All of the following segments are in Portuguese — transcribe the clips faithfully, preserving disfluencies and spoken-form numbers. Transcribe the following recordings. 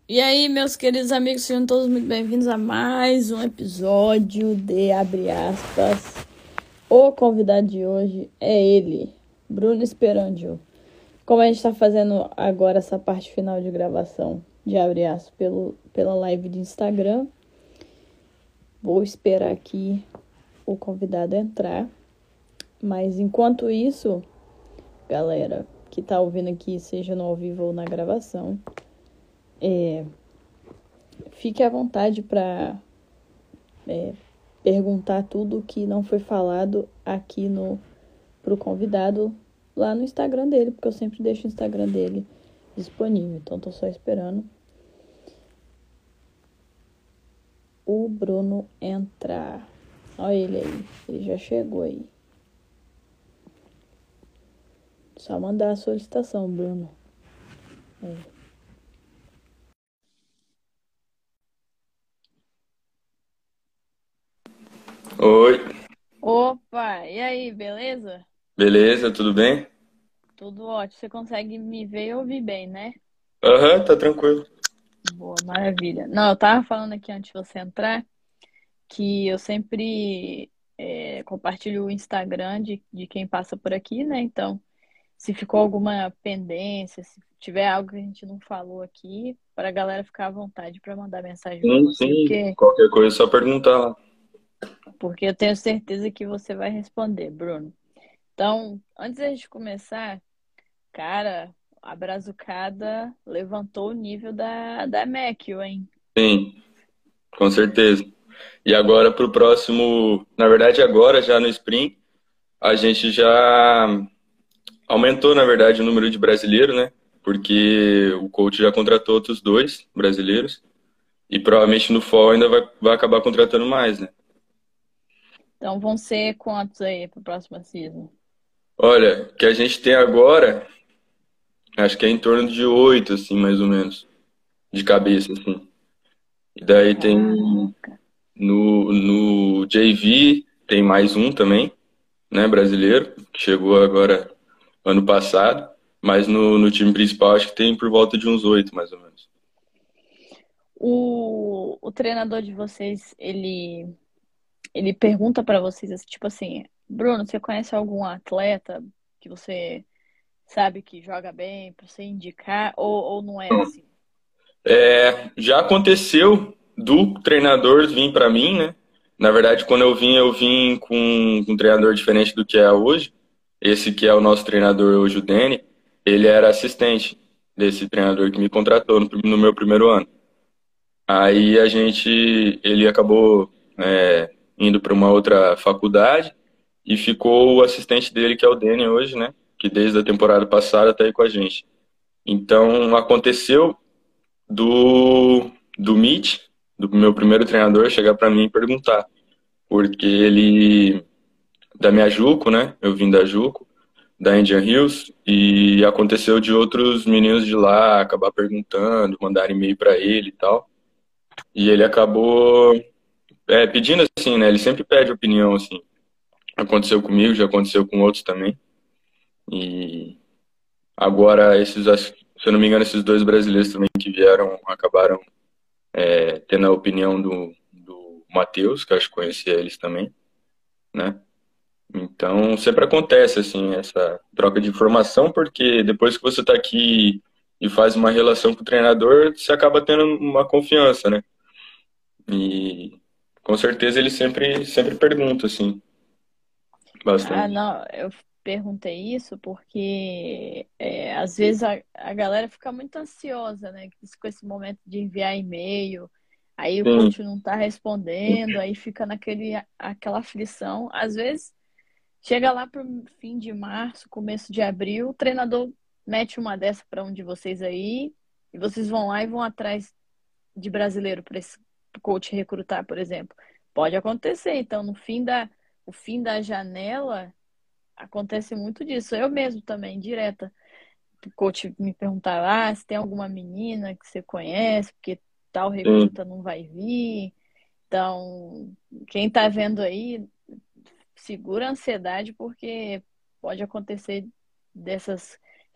E aí, meus queridos amigos, sejam todos muito bem-vindos a mais um episódio de Abre Aspas. O convidado de hoje é ele, Bruno Esperandio. Como a gente está fazendo agora essa parte final de gravação de Abre Aspas pelo, pela live de Instagram, vou esperar aqui o convidado entrar. Mas enquanto isso, galera que tá ouvindo aqui, seja no ao vivo ou na gravação, é, fique à vontade para é, perguntar tudo que não foi falado aqui no pro convidado lá no Instagram dele, porque eu sempre deixo o Instagram dele disponível. Então tô só esperando o Bruno entrar. Olha ele aí, ele já chegou aí. Só mandar a solicitação, Bruno. É. Oi, Opa, e aí, beleza? beleza, tudo bem? Tudo ótimo. Você consegue me ver e ouvir bem, né? Aham, tá tranquilo. Boa, maravilha. Não, eu tava falando aqui antes de você entrar que eu sempre é, compartilho o Instagram de, de quem passa por aqui, né? Então, se ficou alguma pendência, se tiver algo que a gente não falou aqui, para a galera ficar à vontade para mandar mensagem para Sim, você, sim, porque, qualquer coisa é só perguntar lá. porque eu tenho certeza que você vai responder, Bruno. Então, antes da gente começar, cara, a Brazucada levantou o nível da, da Mekio, hein? Sim, com certeza. E agora pro próximo, na verdade agora já no Spring, a gente já aumentou, na verdade, o número de brasileiros, né? Porque o coach já contratou outros dois brasileiros e provavelmente no Fall ainda vai, vai acabar contratando mais, né? Então vão ser quantos aí para a próxima season? Olha, o que a gente tem agora, acho que é em torno de oito, assim, mais ou menos, de cabeça, assim. E daí tem Caraca. No, no J V tem mais um também, né, brasileiro, que chegou agora ano passado, mas no, no time principal acho que tem por volta de uns oito, mais ou menos. O, o treinador de vocês, ele, ele pergunta para vocês, assim, tipo assim, Bruno, você conhece algum atleta que você sabe que joga bem para você indicar ou, ou não é assim? É, já aconteceu do treinador vir para mim, né? Na verdade, quando eu vim, eu vim com, com um treinador diferente do que é hoje. Esse que é o nosso treinador hoje, o Danny, ele era assistente desse treinador que me contratou no, no meu primeiro ano. Aí a gente, ele acabou é, indo para uma outra faculdade e ficou o assistente dele, que é o Danny hoje, né? Que desde a temporada passada está aí com a gente. Então aconteceu do do Mitch, do meu primeiro treinador, chegar para mim e perguntar, porque ele da minha Juco, né? Eu vim da Juco, da Indian Hills, e aconteceu de outros meninos de lá acabar perguntando, mandar e-mail para ele e tal. E ele acabou é, pedindo assim, né? Ele sempre pede opinião, assim. Aconteceu comigo, já aconteceu com outros também. E agora, esses, acho- se eu não me engano, esses dois brasileiros também que vieram acabaram é, tendo a opinião do, do Matheus, que eu acho que conhecia eles também, né? Então, sempre acontece, assim, essa troca de informação, porque depois que você está aqui e faz uma relação com o treinador, você acaba tendo uma confiança, né? E com certeza ele sempre, sempre pergunta, assim, Ah, bastante. não, eu perguntei isso porque é, às vezes a, a galera fica muito ansiosa, né? Com esse momento de enviar e-mail, aí o Sim, coach não tá respondendo, aí fica naquele, aquela aflição. Às vezes chega lá pro fim de março, começo de abril, o treinador mete uma dessa para um de vocês aí, e vocês vão lá e vão atrás de brasileiro para esse coach recrutar, por exemplo. Pode acontecer, então no fim da, o fim da janela. Acontece muito disso. Eu mesmo também, direta. O coach me perguntava ah, se tem alguma menina que você conhece, porque tal sim, recruta não vai vir. Então, quem tá vendo aí, segura a ansiedade, porque pode acontecer dessas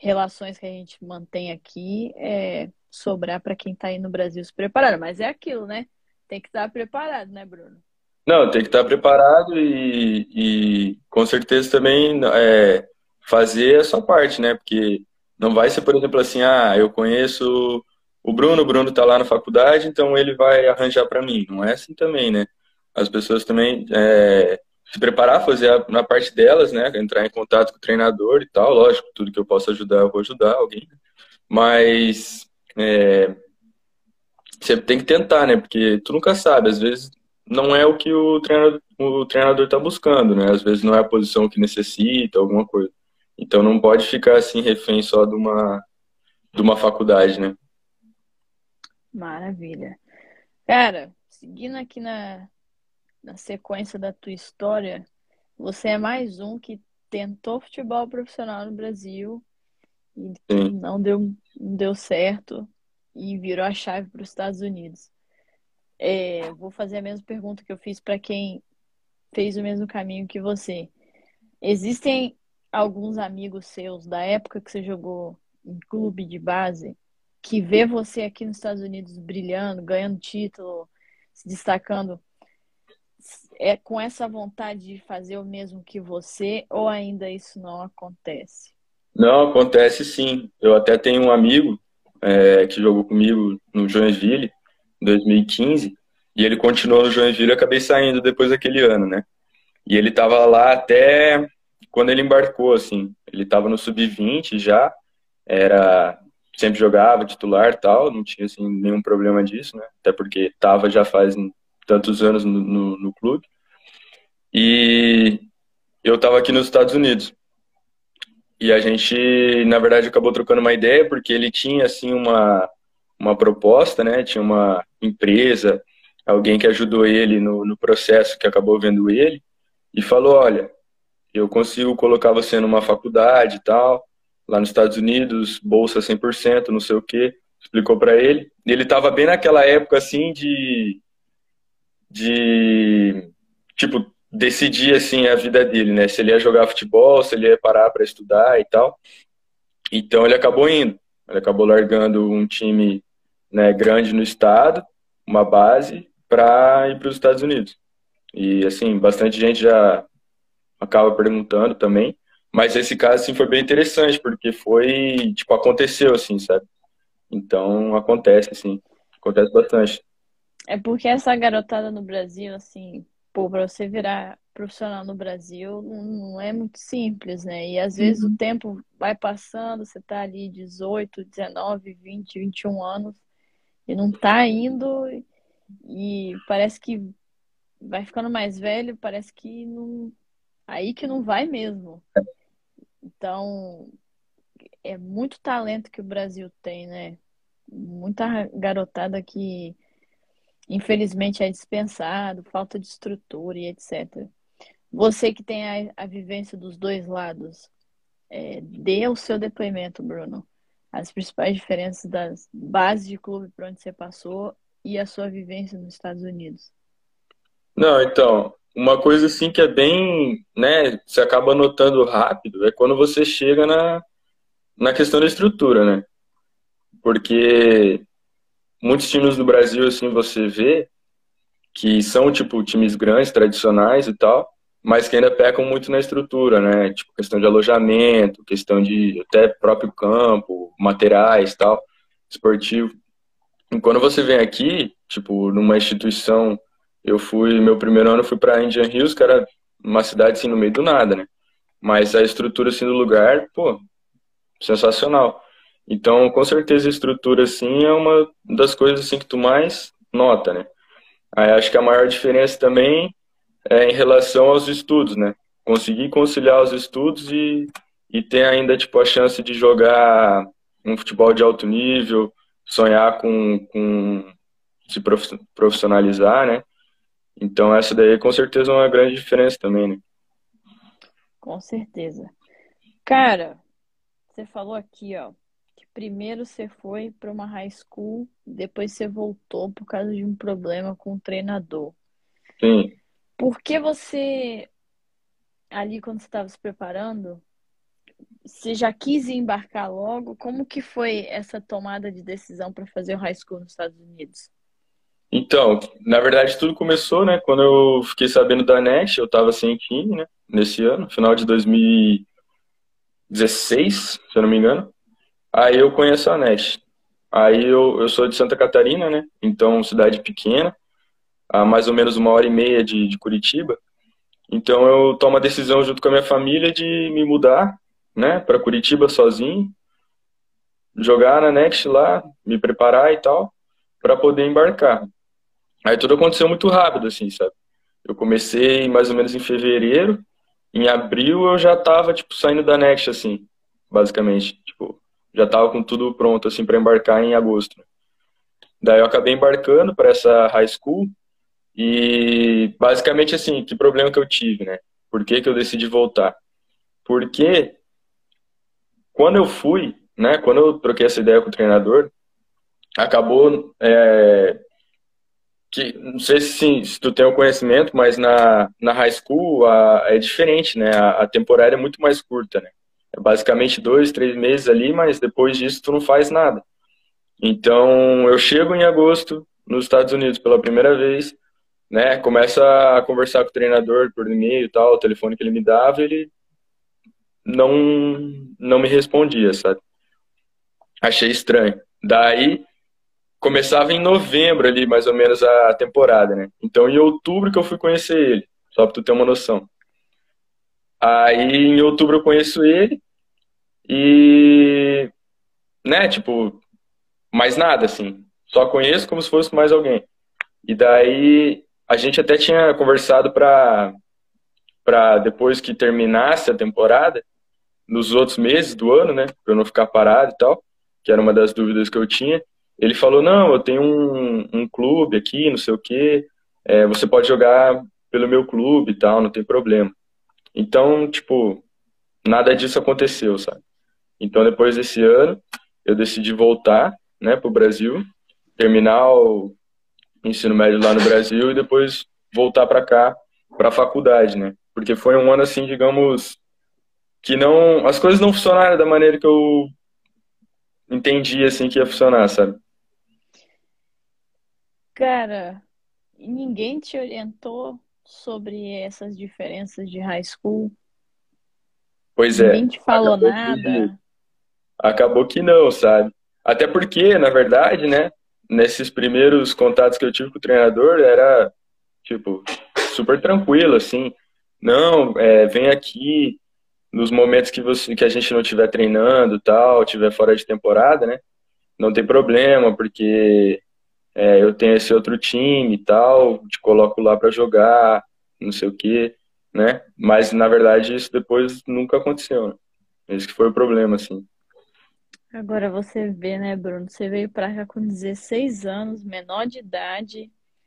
relações que a gente mantém aqui é sobrar para quem está aí no Brasil se preparando. Mas é aquilo, né? Tem que estar preparado, né, Bruno? Não, tem que estar preparado e, e com certeza também é, fazer a sua parte, né? Porque não vai ser, por exemplo, assim, ah, eu conheço o Bruno, o Bruno está lá na faculdade, então ele vai arranjar para mim. Não é assim também, né? As pessoas também é, se preparar, fazer a, na parte delas, né? Entrar em contato com o treinador e tal, lógico, tudo que eu possa ajudar, eu vou ajudar alguém. Mas é, você tem que tentar, né? Porque tu nunca sabe, às vezes não é o que o treinador, o treinador tá buscando, né? Às vezes não é a posição que necessita, alguma coisa. Então não pode ficar assim refém só de uma, de uma faculdade, né? Maravilha. Cara, seguindo aqui na, na sequência da tua história, você é mais um que tentou futebol profissional no Brasil e que Sim. não deu, não deu certo e virou a chave para os Estados Unidos. É, vou fazer a mesma pergunta que eu fiz para quem fez o mesmo caminho que você. Existem alguns amigos seus da época que você jogou em clube de base que vê você aqui nos Estados Unidos brilhando, ganhando título, se destacando, é com essa vontade de fazer o mesmo que você ou ainda isso não acontece? Não, acontece sim. Eu até tenho um amigo é, que jogou comigo no Joinville em dois mil e quinze e ele continuou no Joinville e eu acabei saindo depois daquele ano, né? E ele tava lá até quando ele embarcou, assim. Ele tava no sub vinte já, era sempre jogava titular e tal, não tinha assim, nenhum problema disso, né? Até porque tava já faz tantos anos no, no, no clube. E eu tava aqui nos Estados Unidos. E a gente, na verdade, acabou trocando uma ideia porque ele tinha assim uma uma proposta, né? Tinha uma empresa, alguém que ajudou ele no, no processo, que acabou vendo ele e falou, olha, eu consigo colocar você numa faculdade e tal, lá nos Estados Unidos, bolsa cem por cento, não sei o quê. Explicou para ele. E ele estava bem naquela época assim de de tipo decidir assim a vida dele, né? Se ele ia jogar futebol, se ele ia parar para estudar e tal. Então ele acabou indo. Ele acabou largando um time, né, grande no estado, uma base para ir para os Estados Unidos. E assim, bastante gente já acaba perguntando também. Mas esse caso, assim, foi bem interessante, porque foi, tipo, aconteceu, assim, sabe? Então, acontece, assim, acontece bastante. É porque essa garotada no Brasil, assim, pô, pra você virar profissional no Brasil não não é muito simples, né? E às vezes o Uhum. tempo vai passando, você tá ali dezoito, dezenove, vinte, vinte e um anos e não tá indo e parece que vai ficando mais velho, parece que não, aí que não vai mesmo. Então, é muito talento que o Brasil tem, né? Muita garotada que infelizmente é dispensado, falta de estrutura e etcétera. Você que tem a, a vivência dos dois lados, é, dê o seu depoimento, Bruno. As principais diferenças das bases de clube por onde você passou e a sua vivência nos Estados Unidos. Não, então, uma coisa, assim, que é bem, né, você acaba notando rápido, é quando você chega na, na questão da estrutura, né? Porque muitos times do Brasil, assim, você vê que são, tipo, times grandes, tradicionais e tal, mas que ainda pecam muito na estrutura, né? Tipo, questão de alojamento, questão de até próprio campo, materiais, tal, esportivo. E quando você vem aqui, tipo, numa instituição, eu fui, meu primeiro ano eu fui para Indian Hills, que era uma cidade assim no meio do nada, né? Mas a estrutura assim do lugar, pô, sensacional. Então, com certeza a estrutura assim é uma das coisas assim que tu mais nota, né? Aí acho que a maior diferença também é em relação aos estudos, né? Conseguir conciliar os estudos e, e ter ainda tipo a chance de jogar um futebol de alto nível, sonhar com, com se prof- profissionalizar, né? Então essa daí com certeza é uma grande diferença também, né? Com certeza. Cara, você falou aqui, ó, que primeiro você foi para uma high school, depois você voltou por causa de um problema com o treinador. Sim. Por que você, ali quando você estava se preparando, você já quis embarcar logo? Como que foi essa tomada de decisão para fazer o high school nos Estados Unidos? Então, na verdade, tudo começou, né? Quando eu fiquei sabendo da NET, eu tava sem time, né? Nesse ano, final de dois mil e dezesseis, se eu não me engano. Aí eu conheço a NET. Aí eu, eu sou de Santa Catarina, né? Então, cidade pequena, a mais ou menos uma hora e meia de, de Curitiba. Então, eu tomo a decisão junto com a minha família de me mudar, né? Para Curitiba sozinho, jogar na Next lá, me preparar e tal, para poder embarcar. Aí tudo aconteceu muito rápido, assim, sabe? Eu comecei mais ou menos em fevereiro, em abril eu já tava, tipo, saindo da Next, assim, basicamente. Tipo, já tava com tudo pronto, assim, para embarcar em agosto. Daí eu acabei embarcando para essa high school e, basicamente, assim, que problema que eu tive, né? Por que que eu decidi voltar? Porque quando eu fui, né, quando eu troquei essa ideia com o treinador, acabou é, que, não sei se, se tu tem o conhecimento, mas na, na high school a, é diferente, né? A, a temporada é muito mais curta, né? É basicamente dois, três meses ali, mas depois disso tu não faz nada. Então eu chego em agosto nos Estados Unidos pela primeira vez, né? Começa a conversar com o treinador por e-mail e tal, o telefone que ele me dava, ele não, não me respondia, sabe? Achei estranho. Daí começava em novembro ali, mais ou menos, a temporada, né? Então, em outubro que eu fui conhecer ele, só pra tu ter uma noção. Aí, em outubro eu conheço ele e, né, tipo, mais nada, assim. Só conheço como se fosse mais alguém. E daí, a gente até tinha conversado pra, pra depois que terminasse a temporada, nos outros meses do ano, né, pra eu não ficar parado e tal, que era uma das dúvidas que eu tinha. Ele falou, não, eu tenho um, um clube aqui, não sei o quê, é, você pode jogar pelo meu clube e tal, não tem problema. Então, tipo, nada disso aconteceu, sabe? Então, depois desse ano, eu decidi voltar, né, pro Brasil, terminar o ensino médio lá no Brasil e depois voltar para cá, para a faculdade, né? Porque foi um ano, assim, digamos, que não, as coisas não funcionaram da maneira que eu entendi, assim, que ia funcionar, sabe? Cara, e ninguém te orientou sobre essas diferenças de high school? Pois é, Ninguém te falou acabou que nada? acabou que não, sabe? Até porque, na verdade, né, nesses primeiros contatos que eu tive com o treinador, era, tipo, super tranquilo, assim. Não, é, vem aqui nos momentos que você, que a gente não estiver treinando, tal, estiver fora de temporada, né? Não tem problema, porque é, eu tenho esse outro time e tal, te coloco lá para jogar, não sei o quê, né? Mas, na verdade, isso depois nunca aconteceu, né? Esse que foi o problema, assim. Agora você vê, né, Bruno? Você veio pra cá com dezesseis anos, menor de idade,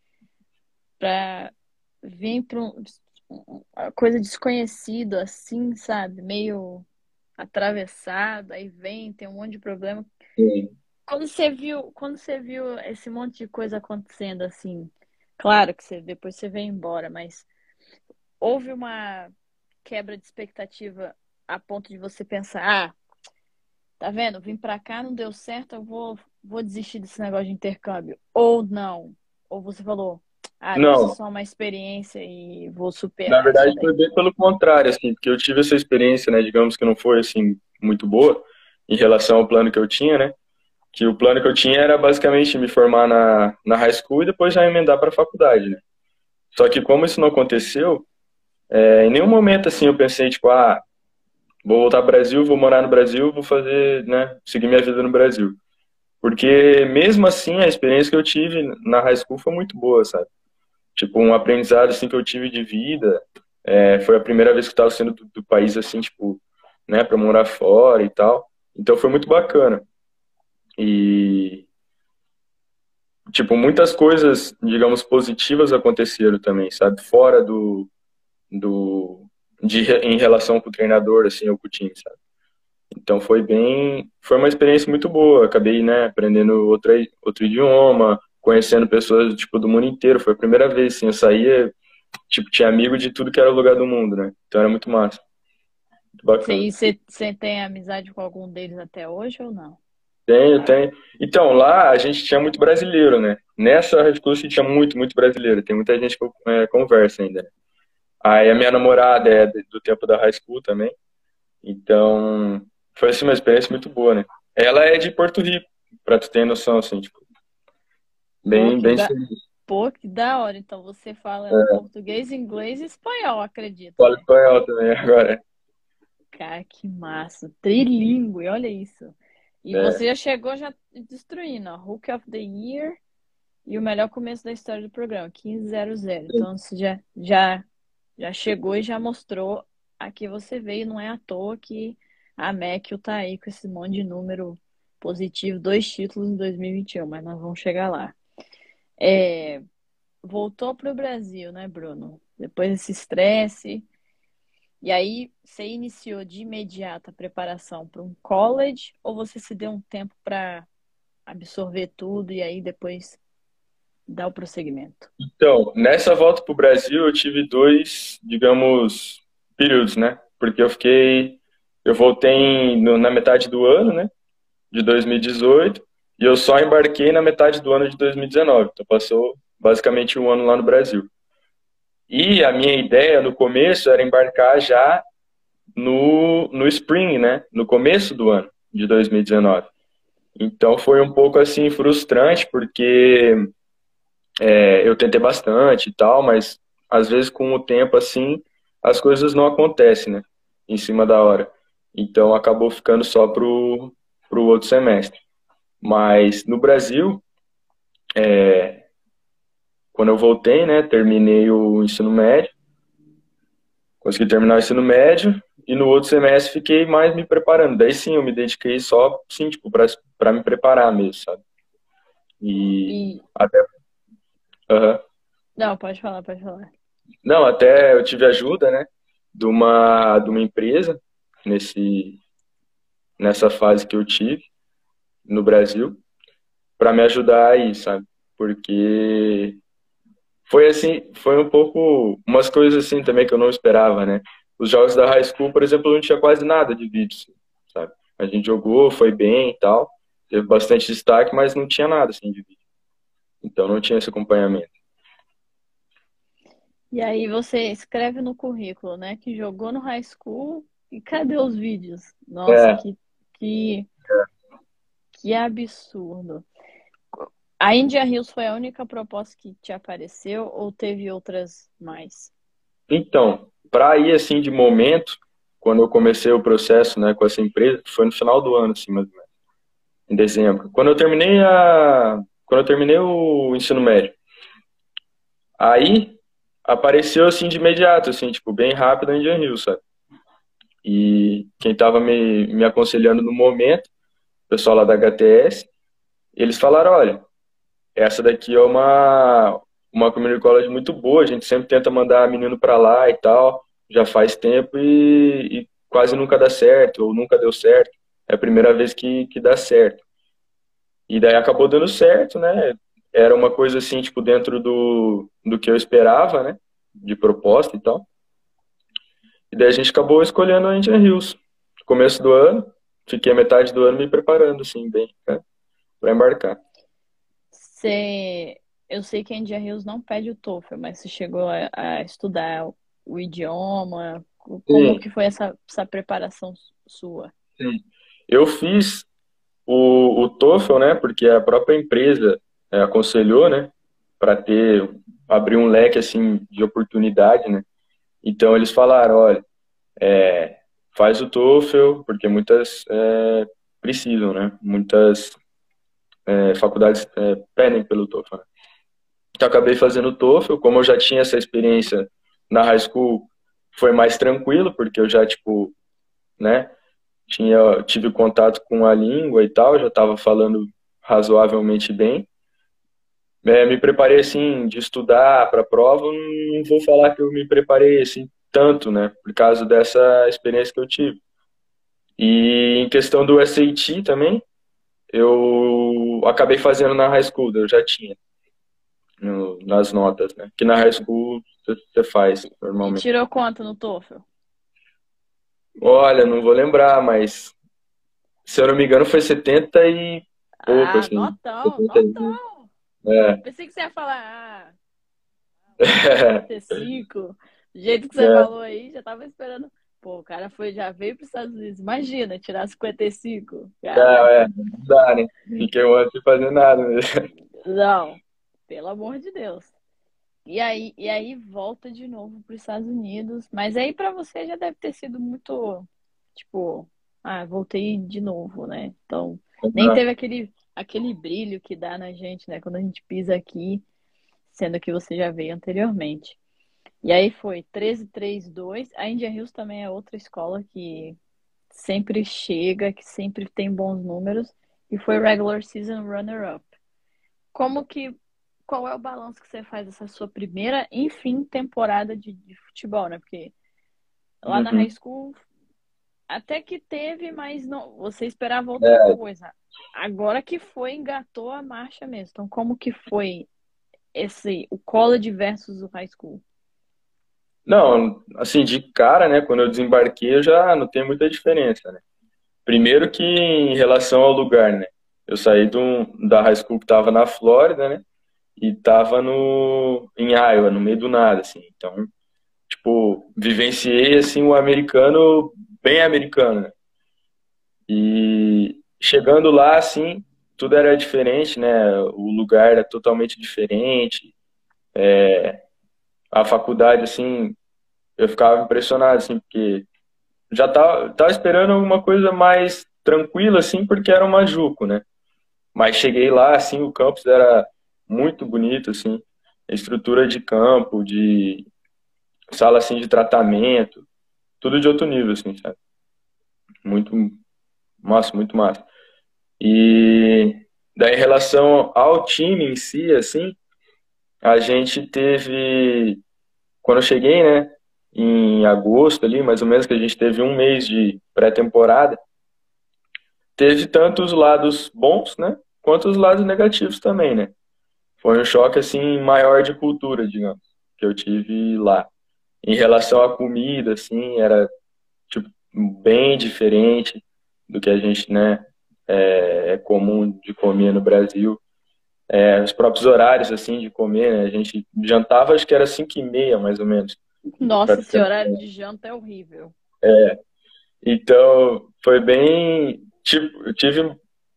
pra vir pra um- uma coisa desconhecida, assim, sabe? Meio atravessado, aí vem, tem um monte de problema. Sim. Quando você viu, quando você viu esse monte de coisa acontecendo, assim, claro que você, depois você veio embora, mas houve uma quebra de expectativa a ponto de você pensar, ah, tá vendo? Vim pra cá, não deu certo, eu vou, vou desistir desse negócio de intercâmbio. Ou não. Ou você falou, ah, deve ser Não, só uma experiência e vou na superar isso verdade foi daí. bem pelo contrário, assim, porque eu tive essa experiência, né, digamos que não foi, assim, muito boa em relação ao plano que eu tinha, né, que o plano que eu tinha era basicamente me formar na, na high school e depois já emendar para a faculdade, né. Só que como isso não aconteceu, é, em nenhum momento, assim, eu pensei, tipo, ah, vou voltar para o Brasil, vou morar no Brasil, vou fazer, né, seguir minha vida no Brasil. Porque mesmo assim, a experiência que eu tive na high school foi muito boa, sabe? Tipo, um aprendizado, assim, que eu tive de vida. É, foi a primeira vez que eu estava saindo do, do país, assim, tipo, né, para morar fora e tal. Então foi muito bacana. E, tipo, muitas coisas, digamos, positivas aconteceram também, sabe? Fora do, do, de, em relação com o treinador, assim, ou com o time, sabe? Então foi bem, foi uma experiência muito boa. Acabei, né, aprendendo outra, outro idioma, conhecendo pessoas, tipo, do mundo inteiro. Foi a primeira vez, assim, eu saía, tipo, tinha amigo de tudo que era lugar do mundo, né? Então era muito massa. Bacana. Você, você, você tem amizade com algum deles até hoje ou não? Tenho, tenho. Então, lá a gente tinha muito brasileiro, né? Nessa high school a gente tinha muito, muito brasileiro. Tem muita gente que eu é, conversa ainda, né? Aí a minha namorada é do tempo da high school também. Então, foi assim uma experiência muito boa, né? Ela é de Porto Rico, pra tu ter noção, assim, tipo, Pô, bem, que bem da, feliz. pô, que da hora. Então você fala português, inglês e espanhol, acredito, Falo né? espanhol também agora. Cara, que massa. Trilingue, olha isso. E você É. já chegou já destruindo, ó. Rookie of the Year e o melhor começo da história do programa, quinze zero zero. Então você já, já, já chegou e já mostrou a que você veio. Não é à toa que a Mekil tá aí com esse monte de número positivo, dois títulos em dois mil e vinte e um, mas nós vamos chegar lá. É, voltou para o Brasil, né, Bruno? Depois desse estresse. E aí, você iniciou de imediato a preparação para um college ou você se deu um tempo para absorver tudo e aí depois dar o prosseguimento? Então, nessa volta pro Brasil eu tive dois, digamos, períodos, né? Porque eu fiquei, eu voltei em- no- na metade do ano, né? De dois mil e dezoito, e eu só embarquei na metade do ano de dois mil e dezenove. Então passou basicamente um ano lá no Brasil. E a minha ideia no começo era embarcar já no, no Spring, né? No começo do ano de dois mil e dezenove. Então foi um pouco assim frustrante, porque é, eu tentei bastante e tal, mas às vezes com o tempo assim as coisas não acontecem, né? Em cima da hora. Então acabou ficando só pro, pro outro semestre. Mas no Brasil, quando eu voltei, né, terminei o ensino médio, consegui terminar o ensino médio, e no outro semestre fiquei mais me preparando. Daí sim, eu me dediquei só, sim, tipo, para para me preparar mesmo, sabe? E E até, aham. não, pode falar, pode falar. Não, até eu tive ajuda, né, de uma de uma empresa nesse nessa fase que eu tive no Brasil, para me ajudar aí, sabe? Porque foi assim, foi um pouco umas coisas assim também que eu não esperava, né? Os jogos da high school, por exemplo, não tinha quase nada de vídeo, sabe? A gente jogou, foi bem e tal, teve bastante destaque, mas não tinha nada assim de vídeo. Então não tinha esse acompanhamento. E aí você escreve no currículo, né, que jogou no high school e cadê os vídeos? Nossa, É, que, que, que absurdo. A India Hills foi a única proposta que te apareceu ou teve outras mais? então, para ir assim de momento, quando eu comecei o processo, né, com essa empresa, foi no final do ano, assim, mais ou menos, em dezembro. Quando eu terminei a, quando eu terminei o ensino médio, aí apareceu assim de imediato, assim, tipo, bem rápido a Indian Hills, sabe? E quem estava me, me aconselhando no momento, o pessoal lá da H T S, eles falaram, olha, essa daqui é uma, uma community college muito boa, a gente sempre tenta mandar menino para lá e tal, já faz tempo e, e quase nunca dá certo, ou nunca deu certo. É a primeira vez que, que dá certo. E daí acabou dando certo, né? Era uma coisa assim, tipo, dentro do, do que eu esperava, né? De proposta e tal. E daí a gente acabou escolhendo a Indian Hills. No começo do ano, fiquei a metade do ano me preparando, assim, bem, né, para embarcar. Você, eu sei que a India Hills não pede o TOEFL, mas você chegou a, a estudar o, o idioma? Como Sim, que foi essa, essa preparação sua? sim. Eu fiz o, o TOEFL, né? Porque a própria empresa é, aconselhou, né? Para ter, abrir um leque, assim, de oportunidade, né? Então eles falaram, olha, é, faz o TOEFL, porque muitas é, precisam, né? Muitas é, faculdades é, pedem pelo TOEFL, né? Então, acabei fazendo o TOEFL, como eu já tinha essa experiência na high school, foi mais tranquilo, porque eu já, tipo, né, tinha, tive contato com a língua e tal, já estava falando razoavelmente bem. É, me preparei, assim, de estudar para a prova, não vou falar que eu me preparei, assim, tanto, né, por causa dessa experiência que eu tive. E em questão do S A T também, eu acabei fazendo na high school, eu já tinha. No- nas notas, né? Que na high school você faz E normalmente. tirou quanto no TOEFL? Olha, não vou lembrar, mas se eu não me engano foi setenta e pouco, Ah, assim. notão, setenta e um. notão. É. Pensei que você ia falar, ah, cinquenta e cinco. Do jeito que você É. falou aí, já tava esperando. Pô, o cara foi, já veio para os Estados Unidos. Imagina, tirar cinquenta e cinco. Não, é, Caraca. não dá, né? Fiquei um ano sem fazer nada mesmo. Não, pelo amor de Deus. E aí, e aí volta de novo para os Estados Unidos. Mas aí para você já deve ter sido muito, tipo, ah, voltei de novo, né? Então, nem teve aquele, aquele brilho que dá na gente, né? Quando a gente pisa aqui, sendo que você já veio anteriormente. E aí foi treze três dois. A Indian Hills também é outra escola que sempre chega, que sempre tem bons números. E foi regular season runner-up. Como que, qual é o balanço que você faz dessa sua primeira, enfim, temporada de, de futebol, né? Porque lá na high Uhum. school até que teve, mas não, você esperava outra É, coisa. Agora que foi, engatou a marcha mesmo. Então, como que foi esse, o college versus o high school? não, assim, de cara, né, quando eu desembarquei, eu já não tem muita diferença, né? Primeiro que em relação ao lugar, né? Eu saí do, da high school que tava na Flórida, né? E tava no, em Iowa, no meio do nada, assim. Então, tipo, vivenciei, assim, o americano, bem americano, né? E chegando lá, assim, tudo era diferente, né? O lugar era totalmente diferente. A faculdade, assim, eu ficava impressionado, assim, porque já tava, tava esperando alguma coisa mais tranquila, assim, porque era uma Juco, né? Mas cheguei lá, assim, o campus era muito bonito, assim, a estrutura de campo, de sala, assim, de tratamento, tudo de outro nível, assim, sabe? Muito massa, muito massa. E daí, em relação ao time em si, assim, a gente teve, quando eu cheguei, né, em agosto ali, mais ou menos, que a gente teve um mês de pré-temporada, teve tanto os lados bons, né, quanto os lados negativos também, né? Foi um choque, assim, maior de cultura, digamos, que eu tive lá. Em relação à comida, assim, era, tipo, bem diferente do que a gente, né, é, é comum de comer no Brasil. É, os próprios horários, assim, de comer, né, a gente jantava, acho que era cinco e meia, mais ou menos. Pra Nossa, esse ter- horário de janta é horrível. Então, foi bem, tipo, eu tive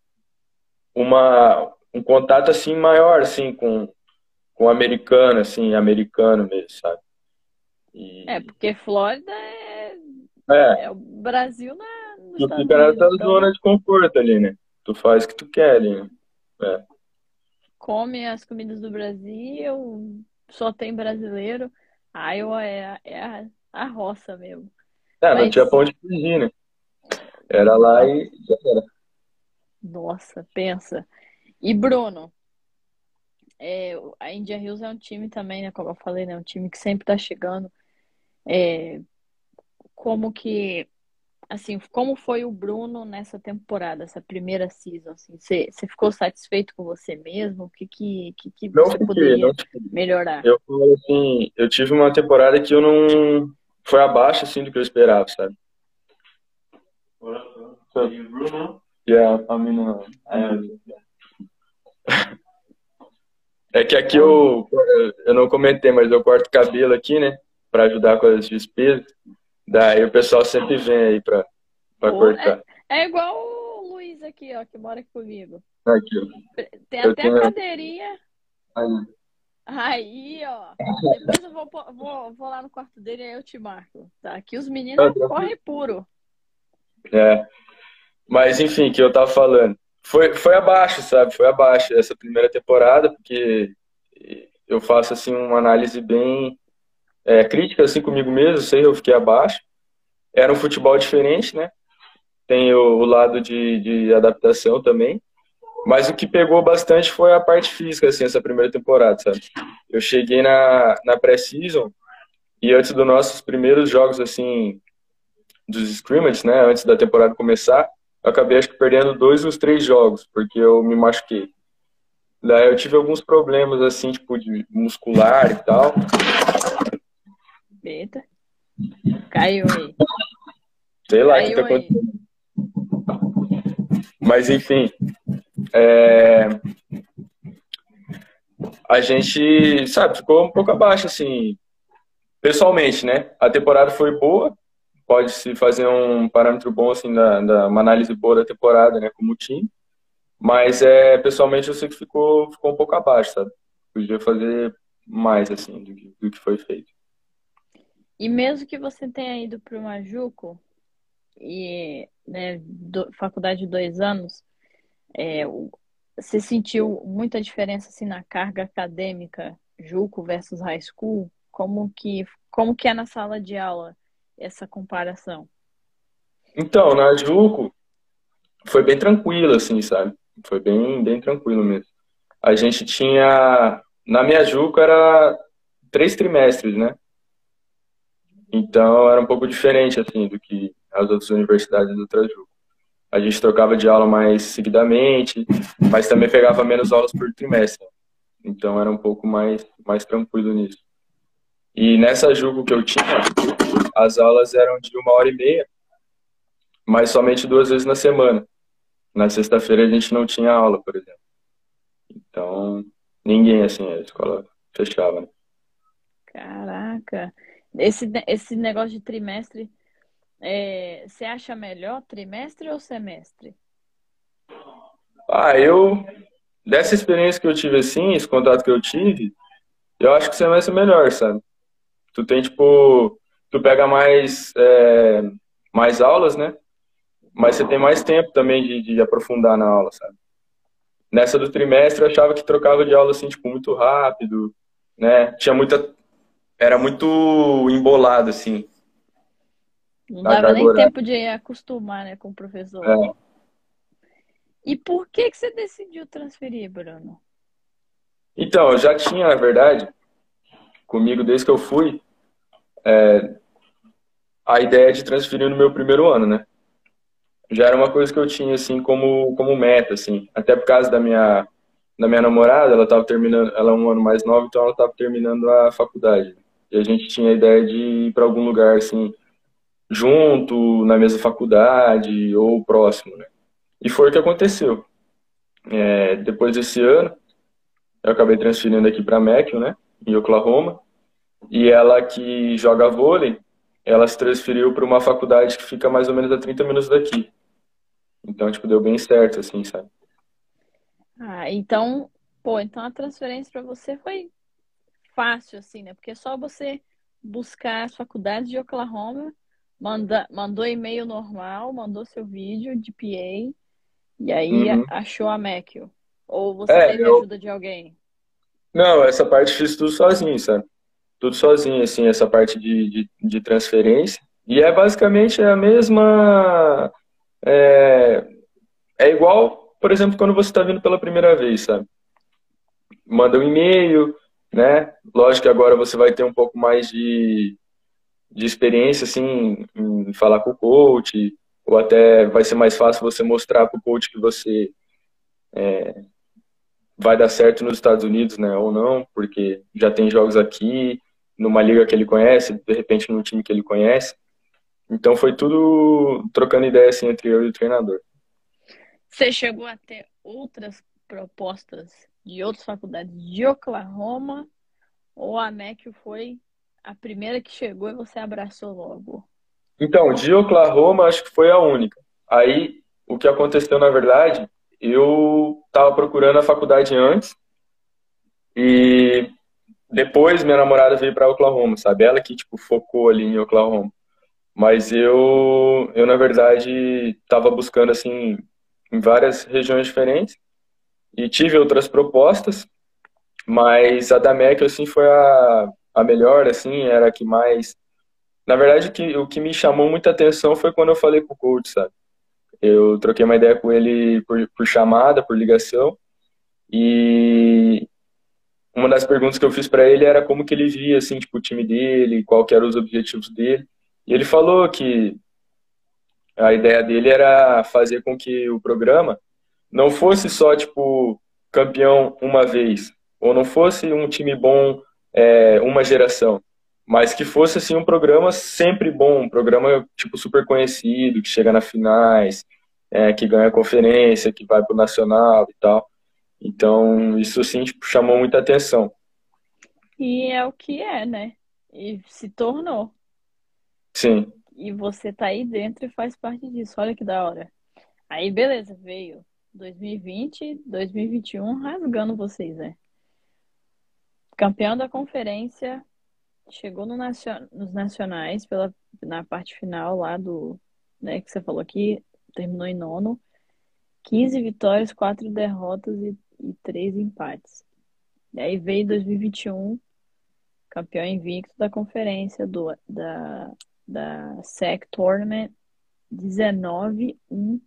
uma, um contato, assim, maior, assim, com, com o americano, assim, americano mesmo, sabe? É, E, porque Flórida é, é, é o Brasil na, nos tu Estados fica na Unidos. tua Então, zona de conforto ali, né? Tu faz o que tu quer ali, né? É. come as comidas do Brasil, só tem brasileiro. Iowa é, a- é a, a roça mesmo. É, não tinha Mas, pra onde fugir, né? Era lá no- e já era. nossa, pensa. E Bruno, é, a Indian Hills é um time também, né? Como eu falei, né? Um time que sempre tá chegando. Como que, assim, como foi o Bruno nessa temporada, essa primeira season, assim? Você, você ficou satisfeito com você mesmo? O que que, que que Não você fiquei, não poderia fiquei. melhorar? Eu falo assim, eu tive uma temporada que eu não foi abaixo assim do que eu esperava, sabe? So, yeah, I mean, uh, é que aqui Então, eu, eu não comentei, mas eu corto cabelo aqui, né? Pra ajudar com as despesas. Daí o pessoal sempre vem aí pra, pra pô, é, cortar. é igual o Luiz aqui, ó, que mora aqui comigo. Aqui, ó. Tem Eu até a tenho. cadeirinha. Aí. Aí, ó. Depois eu vou, pô- vou, vou lá no quarto dele e aí eu te marco. Tá? Aqui os meninos Ah, é tranquilo. corre puro. É. Mas enfim, que eu tava falando. Foi, foi abaixo, sabe? Foi abaixo essa primeira temporada, porque eu faço assim uma análise bem é, crítica assim comigo mesmo, sei, eu fiquei abaixo. Era um futebol diferente, né? Tem o, o lado de, de adaptação também. Mas o que pegou bastante foi a parte física, assim, essa primeira temporada, sabe? Eu cheguei na, na pré-season e antes dos nossos primeiros jogos, assim, dos scrimmages, né? Antes da temporada começar, eu acabei, acho que, perdendo dois dos três jogos, porque eu me machuquei. Daí eu tive alguns problemas, assim, tipo, de muscular e tal. Eita, caiu aí. Sei lá o que tá Caiu aí. acontecendo. Mas enfim, é, a gente, sabe, ficou um pouco abaixo, assim, pessoalmente, né? A temporada foi boa, pode-se fazer um parâmetro bom, assim, da, da, uma análise boa da temporada, né, como time. Mas, é, pessoalmente, eu sei que ficou, ficou um pouco abaixo, sabe? Podia fazer mais, assim, do que, do que foi feito. E mesmo que você tenha ido para o Majuco, e, né, do- faculdade de dois anos, é, o- você sentiu muita diferença assim na carga acadêmica, Juco versus high school? Como que, como que é na sala de aula essa comparação? Então, na Juco, foi bem tranquilo, assim, sabe? Foi bem, bem tranquilo mesmo. A gente tinha, na minha Juco, era três trimestres, né? Então, era um pouco diferente, assim, do que as outras universidades do Traju. A gente trocava de aula mais seguidamente, mas também pegava menos aulas por trimestre. Então, era um pouco mais, mais tranquilo nisso. E nessa Juco que eu tinha, as aulas eram de uma hora e meia, mas somente duas vezes na semana. Na sexta-feira a gente não tinha aula, por exemplo. Então, ninguém, assim, a escola fechava, né? Caraca, esse, ne- esse negócio de trimestre, é, você acha melhor trimestre ou semestre? Ah, eu, dessa experiência que eu tive assim, esse contato que eu tive, eu acho que semestre é melhor, sabe? Tu tem, tipo, tu pega mais, é, mais aulas, né? Mas você tem mais tempo também de, de aprofundar na aula, sabe? Nessa do trimestre eu achava que trocava de aula, assim, tipo, muito rápido, né? Tinha muita, era muito embolado, assim, Não a dava carga nem horária. tempo de acostumar, né, com o professor. É. E por que que você decidiu transferir, Bruno? Então, eu já tinha, na verdade, comigo desde que eu fui, a ideia de transferir no meu primeiro ano, né? Já era uma coisa que eu tinha, assim, como, como meta, assim. Até por causa da minha, da minha namorada, ela estava terminando, ela é um ano mais nova, então ela estava terminando a faculdade. E a gente tinha a ideia de ir para algum lugar, assim, junto, na mesma faculdade ou próximo, né? E foi o que aconteceu. É, depois desse ano, eu acabei transferindo aqui para Macon, né? Em Oklahoma. E ela que joga vôlei, ela se transferiu para uma faculdade que fica mais ou menos a trinta minutos daqui. Então, tipo, deu bem certo, assim, sabe? Ah, então, pô, então a transferência para você foi fácil, assim, né? Porque é só você buscar as faculdades de Oklahoma, manda, mandou e-mail normal, mandou seu vídeo de P A, e aí Uhum. achou a Macchio. Ou você É, teve eu. ajuda de alguém? Não, essa parte fiz tudo sozinho, sabe? Tudo sozinho, assim, essa parte de, de, de transferência. E é basicamente a mesma. É, é igual, por exemplo, quando você está vindo pela primeira vez, sabe? Manda um e-mail, né? Lógico que agora você vai ter um pouco mais de, de experiência, assim, em falar com o coach, ou até vai ser mais fácil você mostrar para o coach que você vai dar certo nos Estados Unidos, né, ou não, porque já tem jogos aqui, numa liga que ele conhece, de repente num time que ele conhece. Então foi tudo trocando ideia assim entre eu e o treinador. Você chegou a ter outras propostas de outras faculdades de Oklahoma, ou a Macchio foi a primeira que chegou e você abraçou logo? Então, de Oklahoma, acho que foi a única. Aí, o que aconteceu, na verdade, eu estava procurando a faculdade antes e depois minha namorada veio para Oklahoma, sabe? Ela que, tipo, focou ali em Oklahoma. Mas eu, eu na verdade, estava buscando, assim, em várias regiões diferentes e tive outras propostas, mas a da Mac, assim, foi a, a melhor, assim, era a que mais... Na verdade, o que, o que me chamou muita atenção foi quando eu falei com o coach, sabe? Eu troquei uma ideia com ele por, por chamada, por ligação, e uma das perguntas que eu fiz para ele era como que ele via, assim, tipo, o time dele, qual que eram os objetivos dele. E ele falou que a ideia dele era fazer com que o programa não fosse só, tipo, campeão uma vez, ou não fosse um time bom é, uma geração, mas que fosse assim um programa sempre bom, um programa tipo super conhecido, que chega na finais, é, que ganha conferência, que vai pro nacional e tal. Então, isso assim, tipo, chamou muita atenção. E é o que é, né? E se tornou. Sim, E você tá aí dentro e faz parte disso. Olha que da hora. Aí, beleza, veio dois mil e vinte, dois mil e vinte e um rasgando vocês, né? Campeão da conferência, chegou no nacio- nos nacionais pela, na parte final lá do, né, que você falou aqui, terminou em nono. quinze vitórias, quatro derrotas e, e três empates. E aí veio dois mil e vinte e um, campeão invicto da conferência do, da, da S E C Tournament, dezenove a um.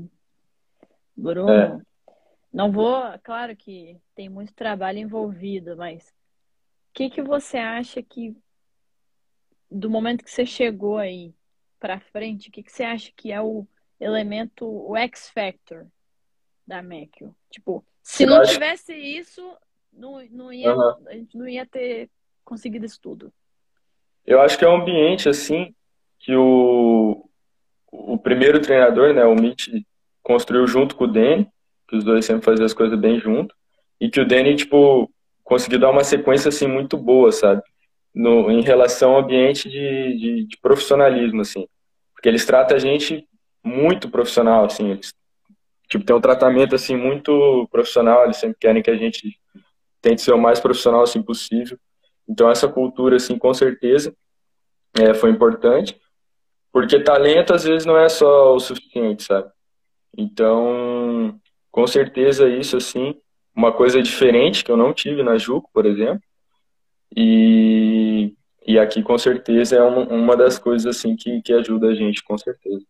é. Bruno, não vou, claro que tem muito trabalho envolvido, mas o que que você acha que do momento que você chegou aí pra frente, o que que você acha que é o elemento, o X Factor da Mekio? Tipo, se Eu não acho, tivesse isso, não, não ia, aham. a gente não ia ter conseguido isso tudo. Eu acho que é um ambiente assim que o, o primeiro treinador, né, o Mitch, construiu junto com o Danny, que os dois sempre faziam as coisas bem junto, e que o Danny, tipo, conseguiu dar uma sequência assim muito boa, sabe? No, em relação ao ambiente de, de, de profissionalismo, assim. Porque eles tratam a gente muito profissional, assim. Eles, tipo, tem um tratamento, assim, muito profissional. Eles sempre querem que a gente tente ser o mais profissional, assim, possível. Então, essa cultura, assim, com certeza, é, foi importante. Porque talento, às vezes, não é só o suficiente, sabe? Então, com certeza, isso, assim, uma coisa diferente que eu não tive na Juco, por exemplo. E, e aqui, com certeza, é uma, uma das coisas, assim, que, que ajuda a gente, com certeza.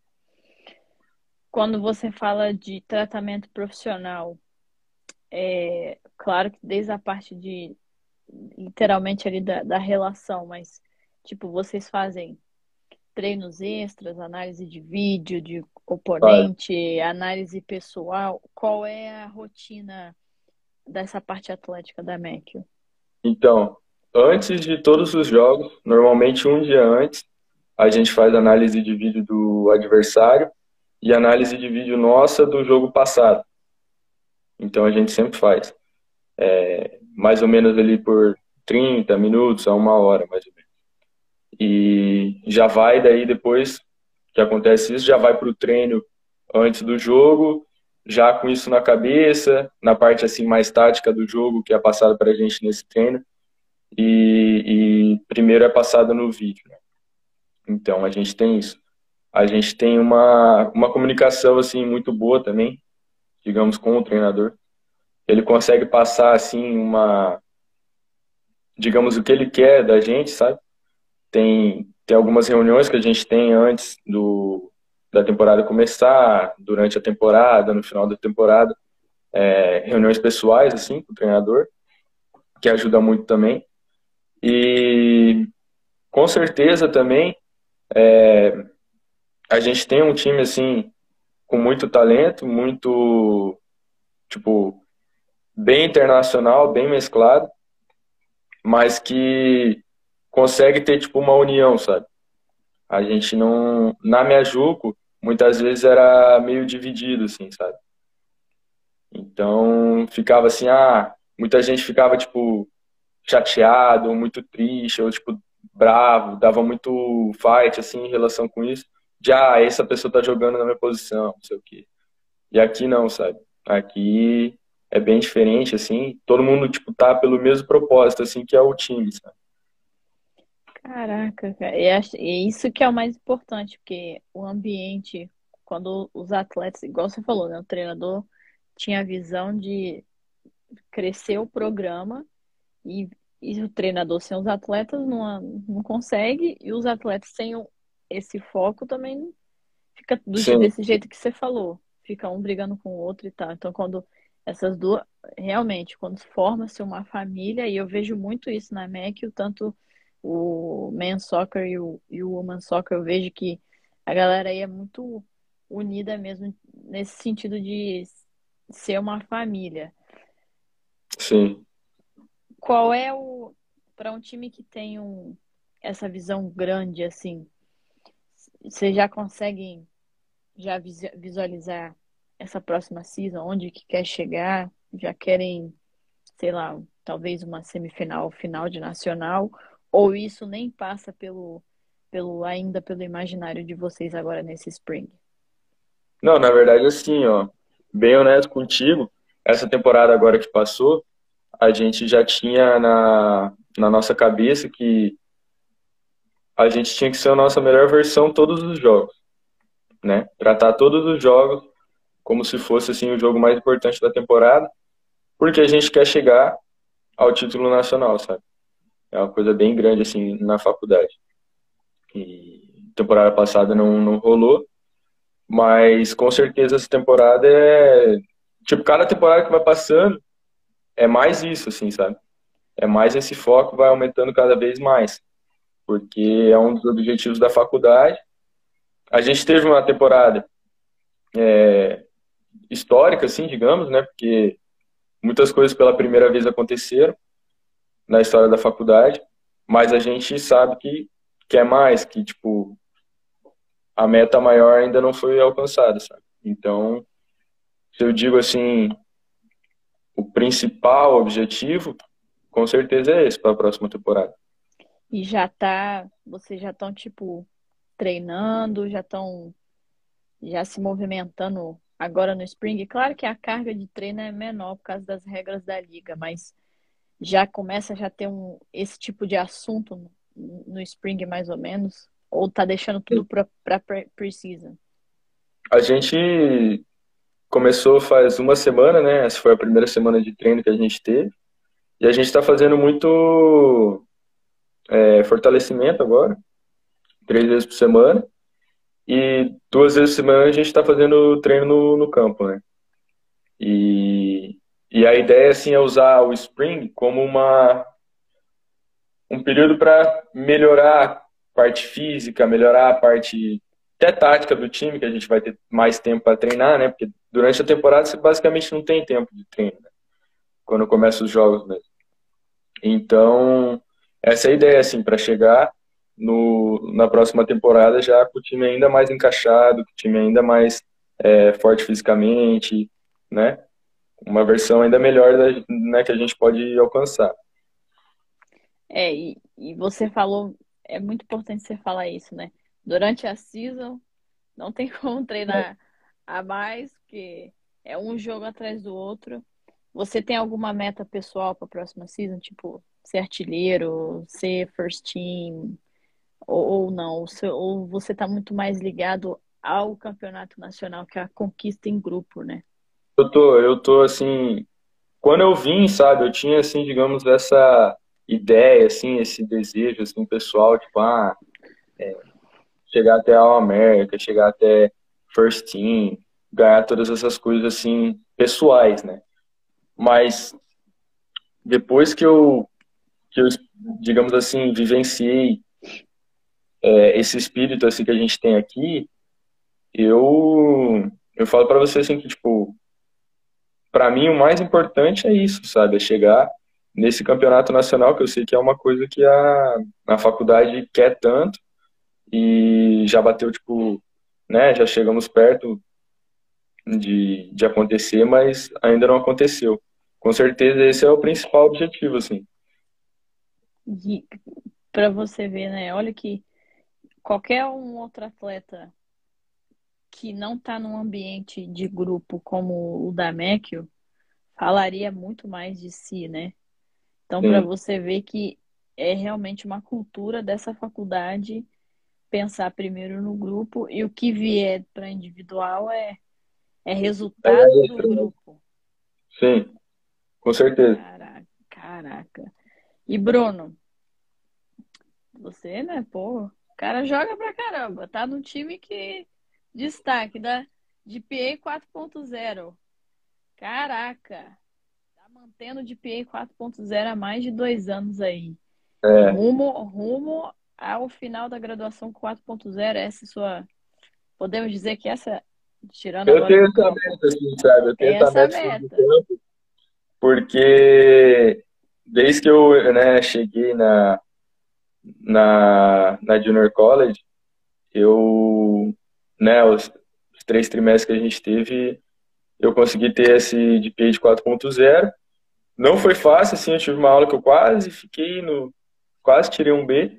Quando você fala de tratamento profissional, é claro que desde a parte de literalmente ali da, da relação, mas tipo, vocês fazem treinos extras, análise de vídeo, de Claro. oponente, análise pessoal. Qual é a rotina dessa parte atlética da Mekio? Então, antes de todos os jogos, normalmente um dia antes, a gente faz análise de vídeo do adversário e análise de vídeo nossa do jogo passado. Então, a gente sempre faz. Mais ou menos ali por trinta minutos a uma hora, mais ou menos. E já vai daí depois que acontece isso, já vai para o treino antes do jogo, já com isso na cabeça, na parte assim mais tática do jogo que é passada para a gente nesse treino, e, e primeiro é passada no vídeo, né? Então a gente tem isso. A gente tem uma, uma comunicação assim muito boa também, digamos, com o treinador. Ele consegue passar assim uma, digamos, o que ele quer da gente, sabe? Tem, tem algumas reuniões que a gente tem antes do, da temporada começar, durante a temporada, no final da temporada, é, reuniões pessoais, assim, com o treinador, que ajuda muito também. E com certeza também a gente tem um time, assim, com muito talento, muito, tipo, bem internacional, bem mesclado, mas que consegue ter, tipo, uma união, sabe? A gente não. Na Miajuco, muitas vezes era meio dividido, assim, sabe? Então ficava assim, ah, muita gente ficava, tipo, chateado, ou muito triste, ou, tipo, bravo, dava muito fight, assim, em relação com isso. De, ah, essa pessoa tá jogando na minha posição, não sei o quê. E aqui não, sabe? Aqui é bem diferente, assim, todo mundo, tipo, tá pelo mesmo propósito, assim, que é o time, sabe? Caraca, cara. E acho- e isso que é o mais importante, porque o ambiente, quando os atletas, igual você falou, né? O treinador tinha a visão de crescer o programa e, e o treinador sem os atletas não, não consegue, e os atletas sem o- esse foco também fica do, je- Sim, desse jeito que você falou, fica um brigando com o outro e tal. Então, quando essas duas, realmente, quando forma-se uma família, e eu vejo muito isso na M E C, o tanto o men's soccer e o, e o women's soccer, eu vejo que a galera aí é muito unida mesmo nesse sentido de ser uma família. sim. Qual é o. para um time que tem um, essa visão grande, assim, vocês já conseguem já visi- visualizar essa próxima season, onde que quer chegar? Já querem, sei lá, talvez uma semifinal, final de nacional? Ou isso nem passa pelo, pelo ainda pelo imaginário de vocês agora nesse spring? Não, na verdade, assim, ó, bem honesto contigo, essa temporada agora que passou, a gente já tinha na, na nossa cabeça que a gente tinha que ser a nossa melhor versão todos os jogos, né? Tratar todos os jogos como se fosse, assim, o jogo mais importante da temporada, porque a gente quer chegar ao título nacional, sabe? É uma coisa bem grande, assim, na faculdade. E temporada passada não, não rolou, mas com certeza essa temporada é. Tipo, cada temporada que vai passando é mais isso, assim, sabe? É mais esse foco, vai aumentando cada vez mais, porque é um dos objetivos da faculdade. A gente teve uma temporada histórica, assim, digamos, né? Porque muitas coisas pela primeira vez aconteceram na história da faculdade, mas a gente sabe que quer mais, que, tipo, a meta maior ainda não foi alcançada, sabe? Então, se eu digo assim, o principal objetivo, com certeza é esse para a próxima temporada. E já tá, vocês já estão, tipo, treinando, já estão já se movimentando agora no Spring. Claro que a carga de treino é menor por causa das regras da liga, mas já começa a já ter um, esse tipo de assunto no, no Spring, mais ou menos? Ou tá deixando tudo para pre-season? A gente começou faz uma semana, né? Essa foi a primeira semana de treino que a gente teve. E a gente está fazendo muito é, fortalecimento agora, três vezes por semana. E duas vezes por semana a gente está fazendo treino no, no campo, né? E, e a ideia, assim, é usar o Spring como uma, um período para melhorar a parte física, melhorar a parte até tática do time, que a gente vai ter mais tempo para treinar, né? Porque durante a temporada você basicamente não tem tempo de treino, né? Quando começa os jogos mesmo. Então, essa é a ideia, assim, para chegar no, na próxima temporada já com o time ainda mais encaixado, com o time ainda mais é, forte fisicamente, né? Uma versão ainda melhor da, né, que a gente pode alcançar. É, e, e você falou, é muito importante você falar isso, né? Durante a season, não tem como treinar a mais, porque é um jogo atrás do outro. Você tem alguma meta pessoal para a próxima season? Tipo, ser artilheiro, ser first team, ou, ou não? Ou, seu- ou você está muito mais ligado ao campeonato nacional, que é a conquista em grupo, né? Eu tô, eu tô assim, quando eu vim, sabe, eu tinha assim, digamos, essa ideia, assim, esse desejo, assim, pessoal, tipo, ah, chegar até a All-America, chegar até First Team, ganhar todas essas coisas, assim, pessoais, né? Mas depois que eu, que eu digamos assim, vivenciei é, esse espírito, assim, que a gente tem aqui, eu, eu falo pra você, assim, que, tipo, para mim o mais importante é isso, sabe? É chegar nesse campeonato nacional, que eu sei que é uma coisa que a, a faculdade quer tanto e já bateu, tipo, né? Já chegamos perto de, de acontecer, mas ainda não aconteceu. Com certeza esse é o principal objetivo, assim. E para você ver, né? Olha que qualquer um outro atleta que não está num ambiente de grupo como o da Mecchio falaria muito mais de si, né? Então, para Sim. você ver que é realmente uma cultura dessa faculdade pensar primeiro no grupo e o que vier para individual é, é Aí resultado é do extra, né? grupo. Sim, com certeza. Caraca, caraca. E Bruno, você, né, pô, o cara joga pra caramba, tá no time que destaque da G P A quatro ponto zero. Caraca, tá mantendo o G P A quatro ponto zero há mais de dois anos aí. É, Rumo, rumo ao final da graduação com quatro ponto zero, essa é sua. Podemos dizer que essa, tirando eu agora tenho do essa campo, meta, assim, sabe? Eu tenho tem essa essa meta assim, do meta. campo, porque desde que eu, né, cheguei na, na, na Junior College, eu, né, os, os três trimestres que a gente teve, eu consegui ter esse G P A de quatro ponto zero. Não foi fácil, assim, eu tive uma aula que eu quase fiquei no, quase tirei um B,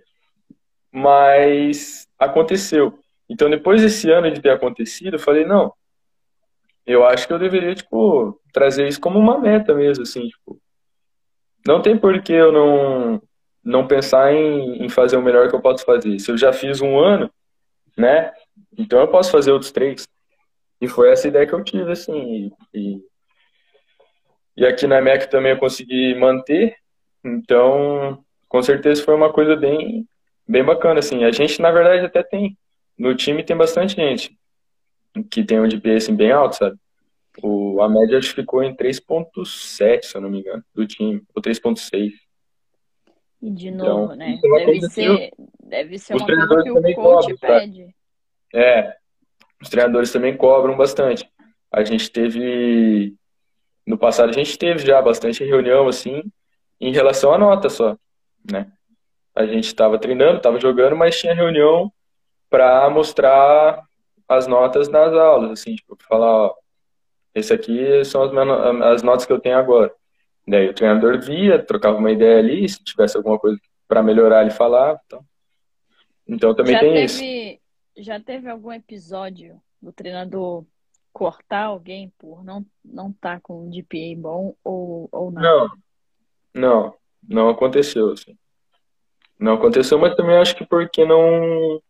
mas aconteceu. Então, depois desse ano de ter acontecido, eu falei, não, eu acho que eu deveria, tipo, trazer isso como uma meta mesmo, assim, tipo, não tem por que eu não, não pensar em, em fazer o melhor que eu posso fazer. Se eu já fiz um ano, né, então eu posso fazer outros três. E foi essa ideia que eu tive, assim, e, e, e aqui na Mac também eu consegui manter, então, com certeza foi uma coisa bem, bem bacana, assim. A gente, na verdade, até tem, no time tem bastante gente que tem um G P A, assim, bem alto, sabe? O, a média acho que ficou em três ponto sete, se eu não me engano, do time, ou três ponto seis. E de Então, novo, né? isso é uma Deve coisa que eu- ser, deve ser os uma coisa que treinadores o também coach cobram, sabe? pede. É, os treinadores também cobram bastante. A gente teve, no passado a gente teve já bastante reunião, assim, em relação à nota só, né? A gente estava treinando, estava jogando, mas tinha reunião para mostrar as notas nas aulas, assim, tipo, falar, ó, esse aqui são as, minhas- as notas que eu tenho agora. Daí o treinador via, trocava uma ideia ali, se tivesse alguma coisa para melhorar, ele falava. Então, então também Já tem isso. teve, já teve algum episódio do treinador cortar alguém por não não tá com um G P A bom ou, ou não? Não, não, não aconteceu, assim. Não aconteceu, mas também acho que porque não,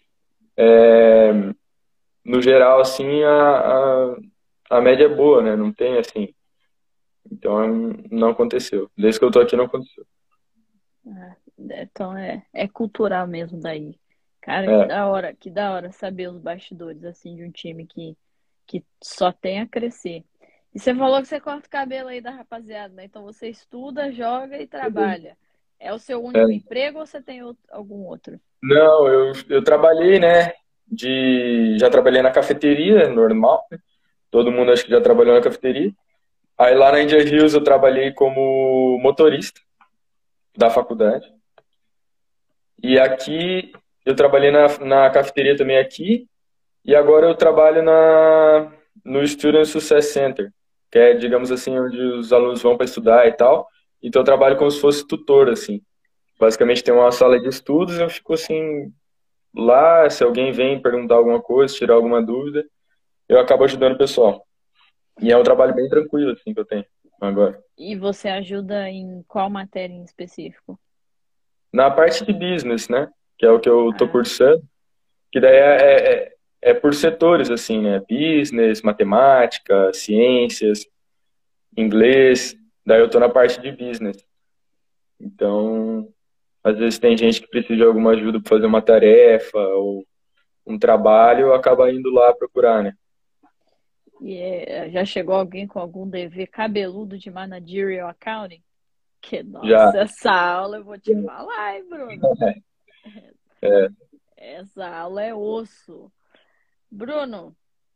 no geral, assim, a, a, a média é boa, né? Não tem, assim. Então, não aconteceu. Desde que eu tô aqui, não aconteceu. É, então é, é cultural mesmo daí. Cara, que É, da hora, que da hora saber os bastidores assim de um time que, que só tem a crescer. E você falou que você corta o cabelo aí da rapaziada, né? Então você estuda, joga e trabalha. É o seu único é. emprego ou você tem outro- algum outro? Não, eu, eu trabalhei, né? De, já trabalhei na cafeteria, normal, né? Todo mundo acho que já trabalhou na cafeteria. Aí lá na India Hills eu trabalhei como motorista da faculdade. E aqui eu trabalhei na, na cafeteria também aqui. E agora eu trabalho na, no Student Success Center, que é, digamos assim, onde os alunos vão para estudar e tal. Então eu trabalho como se fosse tutor, assim. Basicamente tem uma sala de estudos e eu fico assim lá, se alguém vem perguntar alguma coisa, tirar alguma dúvida, eu acabo ajudando o pessoal. E é um trabalho bem tranquilo, assim, que eu tenho agora. E você ajuda em qual matéria em específico? Na parte de business, né? Que é o que eu tô Ah, cursando, que daí é, é, é é por setores, assim, né? Business, matemática, ciências, inglês. Daí eu tô na parte de business. Então, às vezes tem gente que precisa de alguma ajuda para fazer uma tarefa ou um trabalho, acaba indo lá procurar, né? e é, já chegou alguém com algum dever cabeludo de managerial accounting? Que, Já. nossa, essa aula eu vou te falar, hein, Bruno? É. Essa aula é osso. Bruno,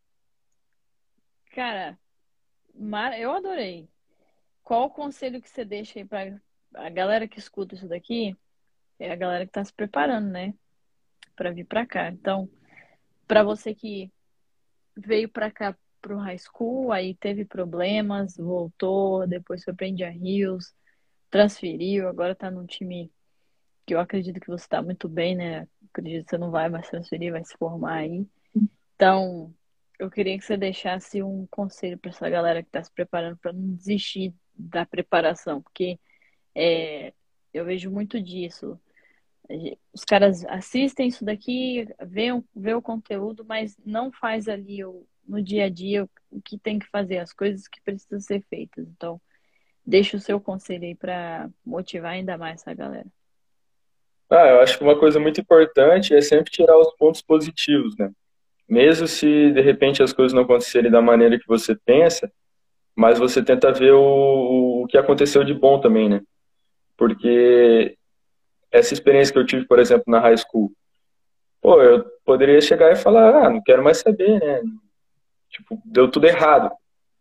cara, mar- eu adorei. Qual o conselho que você deixa aí pra a galera que escuta isso daqui? É a galera que tá se preparando, né, pra vir pra cá. Então, pra você que veio pra cá pro high school, aí teve problemas, voltou, depois foi pra Indian Hills, transferiu, agora tá num time que eu acredito que você tá muito bem, né? Acredito que você não vai mais transferir, vai se formar aí. Então, eu queria que você deixasse um conselho para essa galera que está se preparando para não desistir da preparação, porque é, eu vejo muito disso. Os caras assistem isso daqui, vê, o- vê o conteúdo, mas não faz ali o, no dia a dia o que tem que fazer, as coisas que precisam ser feitas. Então, deixa o seu conselho aí para motivar ainda mais essa galera. Ah, eu acho que uma coisa muito importante é sempre tirar os pontos positivos, né? Mesmo se de repente as coisas não acontecerem da maneira que você pensa, mas você tenta ver o, o que aconteceu de bom também, né? Porque essa experiência que eu tive, por exemplo, na high school, pô, eu poderia chegar e falar, ah, não quero mais saber, né? Tipo, deu tudo errado.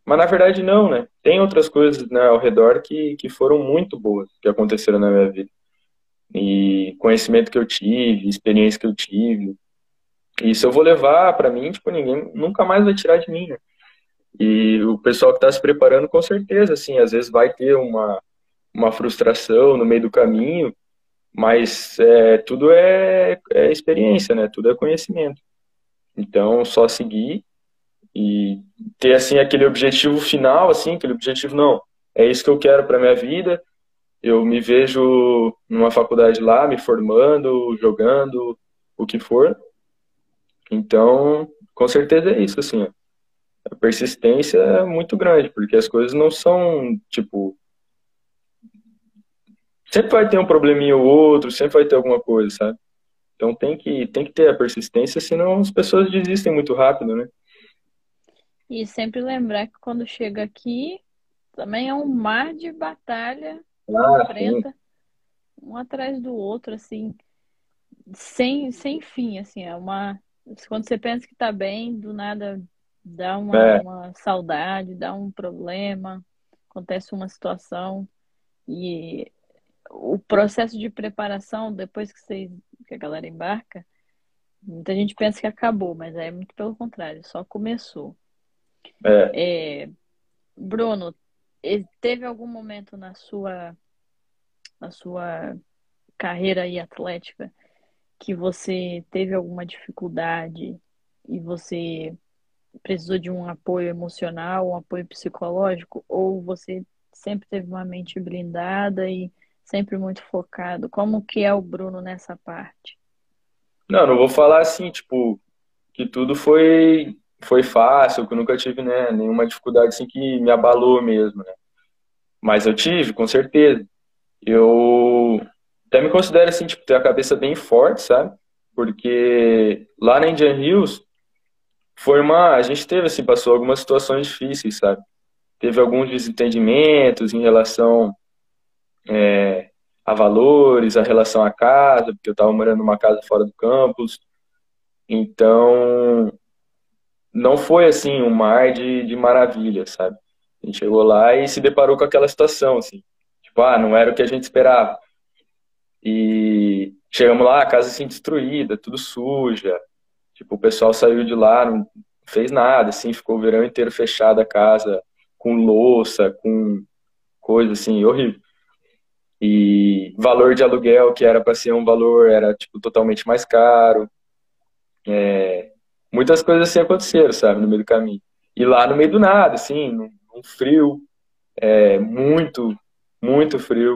Mas na verdade não, né? Tem outras coisas, né, ao redor que, que foram muito boas, que aconteceram na minha vida. E conhecimento que eu tive, experiência que eu tive. Isso eu vou levar pra mim, tipo, ninguém nunca mais vai tirar de mim, né? E o pessoal que está se preparando, com certeza, assim, às vezes vai ter uma, uma frustração no meio do caminho, mas é, tudo é, é experiência, né? Tudo é conhecimento. Então, só seguir e ter, assim, aquele objetivo final, assim, aquele objetivo, não, é isso que eu quero para minha vida, eu me vejo numa faculdade lá, me formando, jogando, o que for. Então, com certeza é isso, assim, ó. A persistência é muito grande, porque as coisas não são, tipo, sempre vai ter um probleminha ou outro, sempre vai ter alguma coisa, sabe? Então tem que, tem que ter a persistência, senão as pessoas desistem muito rápido, né? E sempre lembrar que quando chega aqui, também é um mar de batalha que Ah, sim. enfrenta um atrás do outro, assim, sem, sem fim, assim, é uma... Quando você pensa que tá bem, do nada dá uma, É, uma saudade, dá um problema, acontece uma situação e o processo de preparação, depois que, você, que a galera embarca, muita gente pensa que acabou, mas é muito pelo contrário, só começou. é. É, Bruno, e- teve algum momento na sua, na sua carreira aí atlética que você teve alguma dificuldade e você precisou de um apoio emocional, um apoio psicológico, ou você sempre teve uma mente blindada e sempre muito focado? Como que é o Bruno nessa parte? Não, não vou falar assim, tipo, que tudo foi, foi fácil, que eu nunca tive, né, nenhuma dificuldade assim que me abalou mesmo, né? Mas eu tive, com certeza. Eu até me considero assim, tipo, ter a cabeça bem forte, sabe? Porque lá na Indian Hills foi uma, a gente teve assim, passou algumas situações difíceis, sabe? Teve alguns desentendimentos em relação a valores, a relação à casa, porque eu estava morando numa casa fora do campus. Então, não foi assim um mar de, de maravilha, sabe? A gente chegou lá e se deparou com aquela situação, assim. Tipo, ah, não era o que a gente esperava. E chegamos lá, a casa assim destruída, tudo suja. Tipo, o pessoal saiu de lá, não fez nada, assim, ficou o verão inteiro fechada a casa, com louça, com coisa assim, horrível. E valor de aluguel, que era para ser um valor, era tipo totalmente mais caro. Muitas coisas assim aconteceram, sabe, no meio do caminho. E lá no meio do nada, assim, num num frio, é, muito, muito frio.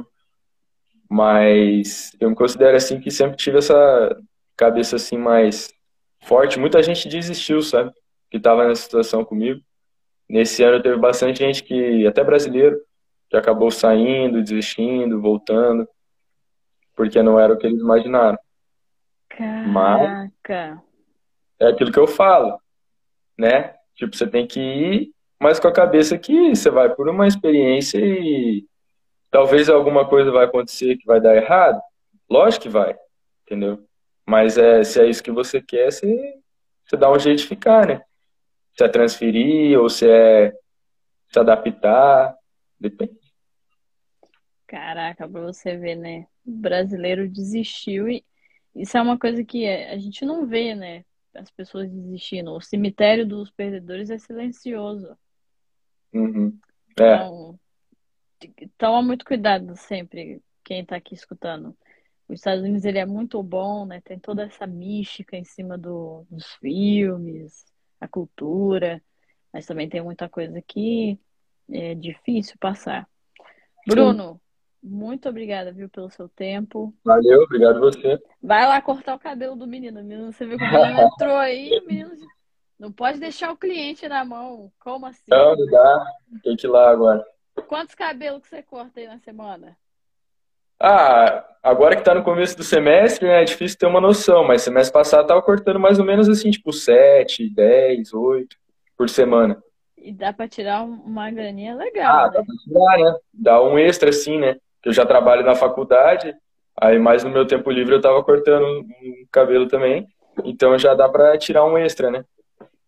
Mas eu me considero assim que sempre tive essa cabeça assim mais forte. Muita gente desistiu, sabe? Que estava nessa situação comigo. Nesse ano teve bastante gente que, até brasileiro, que acabou saindo, desistindo, voltando, porque não era o que eles imaginaram. Mas Caraca! é aquilo que eu falo, né? Tipo, você tem que ir, mas com a cabeça que você vai por uma experiência e talvez alguma coisa vai acontecer que vai dar errado. Lógico que vai, entendeu? Mas é, se é isso que você quer, você, você dá um jeito de ficar, né? Se é transferir ou se é se adaptar, depende. Caraca, pra você ver, né? O brasileiro desistiu e isso é uma coisa que é- a gente não vê, né? As pessoas desistindo. O cemitério dos perdedores é silencioso. Uhum. É, Então, toma muito cuidado sempre, quem tá aqui escutando. Os Estados Unidos ele é muito bom, né? Tem toda essa mística em cima do- dos filmes, a cultura, mas também tem muita coisa que é difícil passar. sim. Bruno, muito obrigada, viu, pelo seu tempo. Valeu, obrigado você. Vai lá cortar o cabelo do menino. O menino, você viu que o menino entrou aí, o menino não pode deixar o cliente na mão. Como assim? Não, não dá. Tem que ir lá agora. Quantos cabelos que você corta aí na semana? Ah, agora que tá no começo do semestre, né, é difícil ter uma noção, mas semestre passado eu tava cortando mais ou menos assim, tipo sete, dez, oito por semana. E dá pra tirar um- uma graninha legal, Ah, dá né? pra tirar, né? Dá um extra assim, né? Que eu já trabalho na faculdade, aí mais no meu tempo livre eu tava cortando um um cabelo também, então já dá pra tirar um extra, né?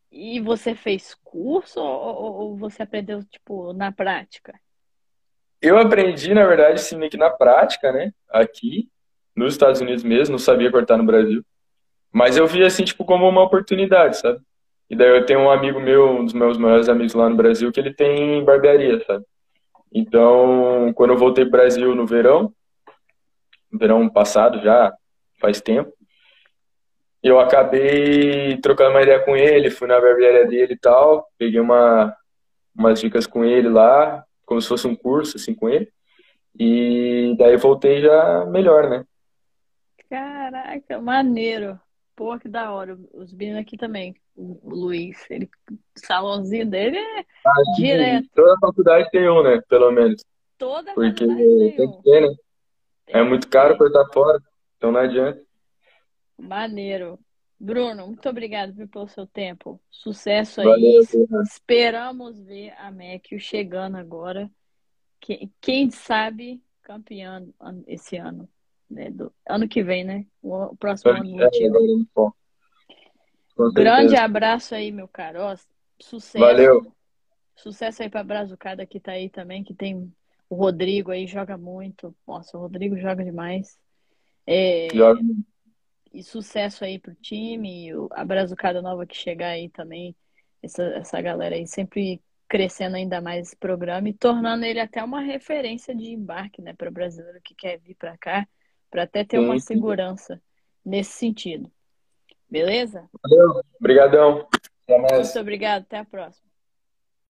E você fez curso ou, ou você aprendeu, tipo, na prática? Eu aprendi, na verdade, sim, meio que na prática, né? Aqui, nos Estados Unidos mesmo, não sabia cortar no Brasil. Mas eu vi, assim, tipo, como uma oportunidade, sabe? E daí eu tenho um amigo meu, um dos meus maiores amigos lá no Brasil, que ele tem barbearia, sabe? Então, quando eu voltei pro Brasil no verão, no verão passado já, faz tempo, eu acabei trocando uma ideia com ele, fui na barbearia dele e tal, peguei uma, umas dicas com ele lá, como se fosse um curso, assim, com ele. E daí voltei já melhor, né? Caraca, maneiro. Pô, que da hora. Os meninos aqui também. O o Luiz, ele, o salãozinho dele é E direto. toda faculdade tem um, né? Pelo menos. Toda Porque faculdade tem tem que um. ter, né? É Tem que muito caro ter. cortar fora, então não adianta. Maneiro. Bruno, muito obrigado viu, pelo seu tempo. Sucesso aí. Valeu, Es- Fernando. Esperamos ver a Mekio chegando agora. Que- Quem sabe campeã an- esse ano, né? Do, ano que vem, né? O, o próximo ano É, letivo. agora, bom, com Grande certeza. abraço aí, meu caro. Ó, Valeu. sucesso. Sucesso aí pra Brazucada que tá aí também, que tem o Rodrigo aí, joga muito. Nossa, o Rodrigo joga demais. Joga. É, e sucesso aí pro time, e o- a Brazucada nova que chegar aí também, essa, essa galera aí sempre crescendo ainda mais esse programa e tornando ele até uma referência de embarque, né, para o brasileiro que quer vir para cá, para até ter uma Sim, sim. segurança nesse sentido. Beleza? Valeu. Obrigadão. Até Muito mais. obrigado, até a próxima.